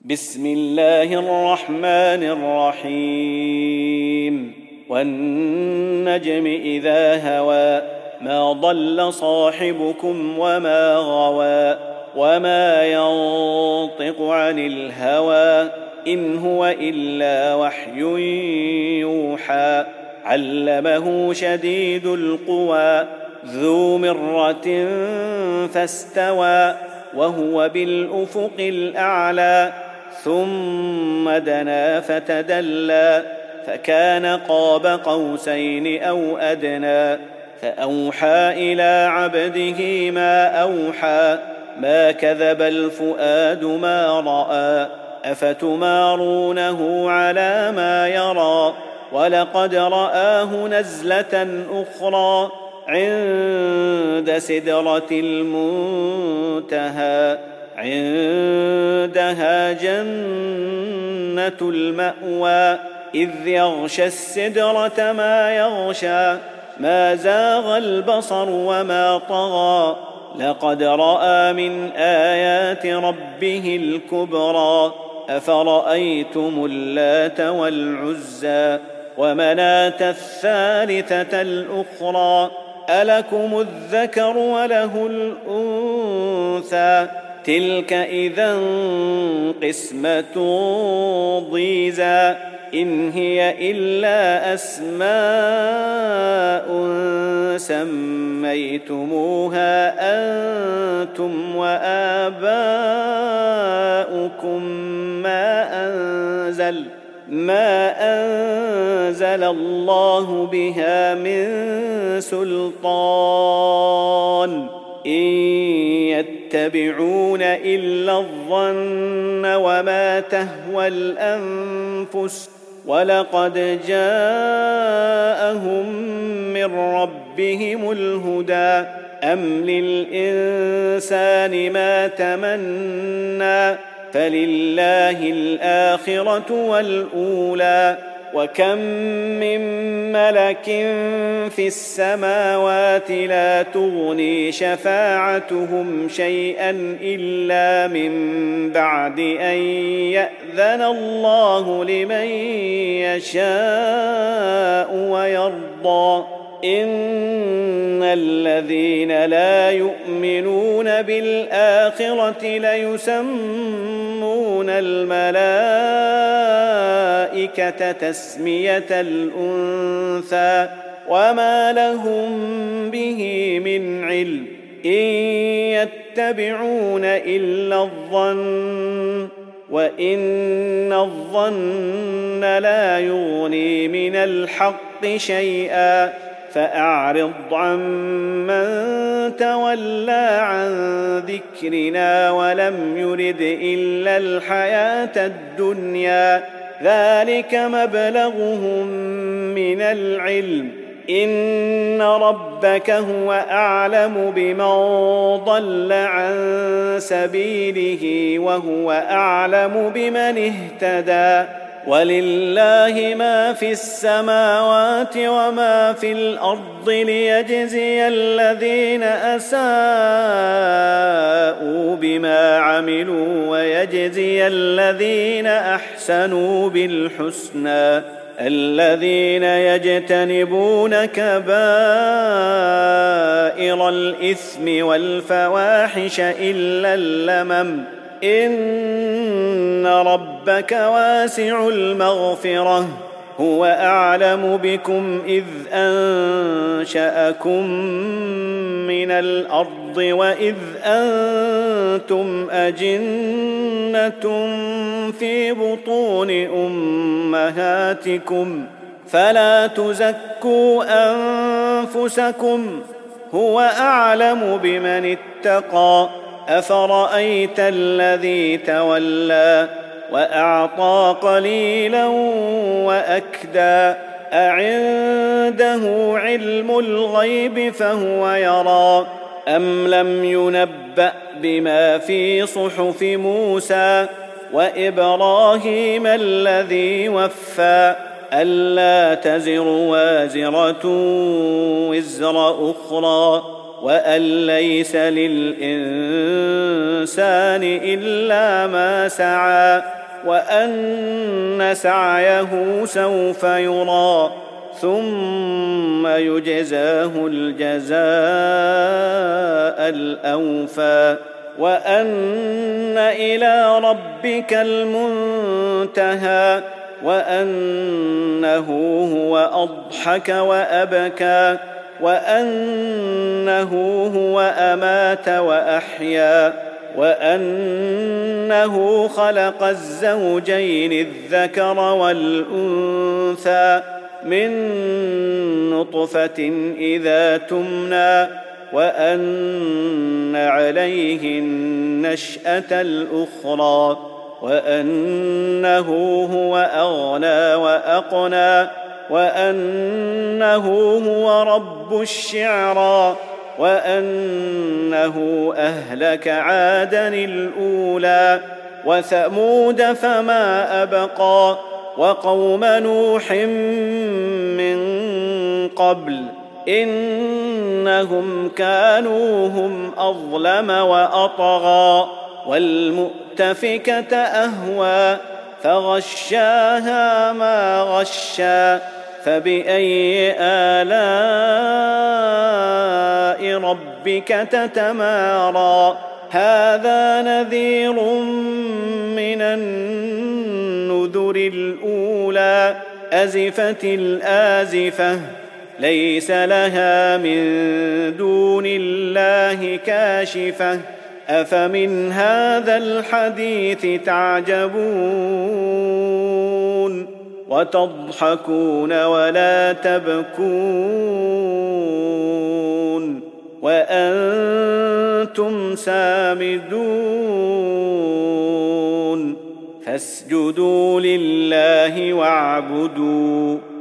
بسم الله الرحمن الرحيم والنجم إذا هوى ما ضل صاحبكم وما غوى وما ينطق عن الهوى إن هو إلا وحي يوحى علمه شديد القوى ذو مرة فاستوى وهو بالأفق الأعلى ثم دنا فتدلى فكان قاب قوسين أو أدنى فأوحى إلى عبده ما أوحى ما كذب الفؤاد ما رأى أفتمارونه على ما يرى ولقد رآه نزلة أخرى عند سدرة المنتهى عندها جنة المأوى إذ يغشى السدرة ما يغشى ما زاغ البصر وما طغى لقد رأى من آيات ربه الكبرى أفرأيتم اللات والعزى ومناة الثالثة الأخرى ألكم الذكر وله الأنثى تلك إذا قسمة ضيزى إن هي إلا أسماء سميتموها أنتم وآباؤكم ما أنزل الله بها من سلطان إن يتبعون إلا الظن وما تهوى الأنفس ولقد جاءهم من ربهم الهدى أم للإنسان ما تمنى فلله الآخرة والأولى وكم من ملك في السماوات لا تغني شفاعتهم شيئا إلا من بعد أن يأذن الله لمن يشاء ويرضى إن الذين لا يؤمنون بالآخرة ليسمون الملائكة تسمية الأنثى وما لهم به من علم إن يتبعون إلا الظن وإن الظن لا يغني من الحق شيئا فأعرض عمن تولى عن ذكرنا ولم يرد إلا الحياة الدنيا ذلك مبلغهم من العلم إن ربك هو أعلم بمن ضل عن سبيله وهو أعلم بمن اهتدى ولله ما في السماوات وما في الأرض ليجزي الذين أساءوا بما عملوا ويجزي الذين أحسنوا بالحسنى الذين يجتنبون كبائر الإثم والفواحش إلا اللمم إن ربك واسع المغفرة هو أعلم بكم إذ أنشأكم من الأرض وإذ أنتم أجنة في بطون أمهاتكم فلا تزكوا أنفسكم هو أعلم بمن اتقى أفرأيت الذي تولى وأعطى قليلا وأكدى أعنده علم الغيب فهو يرى أم لم ينبأ بما في صحف موسى وإبراهيم الذي وفى ألا تزر وازرة وزر أخرى وأن ليس للإنسان إلا ما سعى وأن سعيه سوف يرى ثم يجزاه الجزاء الأوفى وأن إلى ربك المنتهى وأنه هو أضحك وأبكى وأنه هو أمات وأحيا وأنه خلق الزوجين الذكر والأنثى من نطفة إذا تمنى وأن عليه النشأة الأخرى وأنه هو أغنى وأقنى وأنه هو رب الشعرى وأنه أهلك عادا الأولى وثمود فما أبقى وقوم نوح من قبل إنهم كانوا هم أظلم وأطغى والمؤتفكة أهوى فغشاها ما غشى فبأي آلاء ربك تتمارى هذا نذير من النذر الأولى أزفت الآزفة ليس لها من دون الله كاشفة أفمن هذا الحديث تعجبون وتضحكون ولا تبكون وأنتم سامدون فاسجدوا لله واعبدوا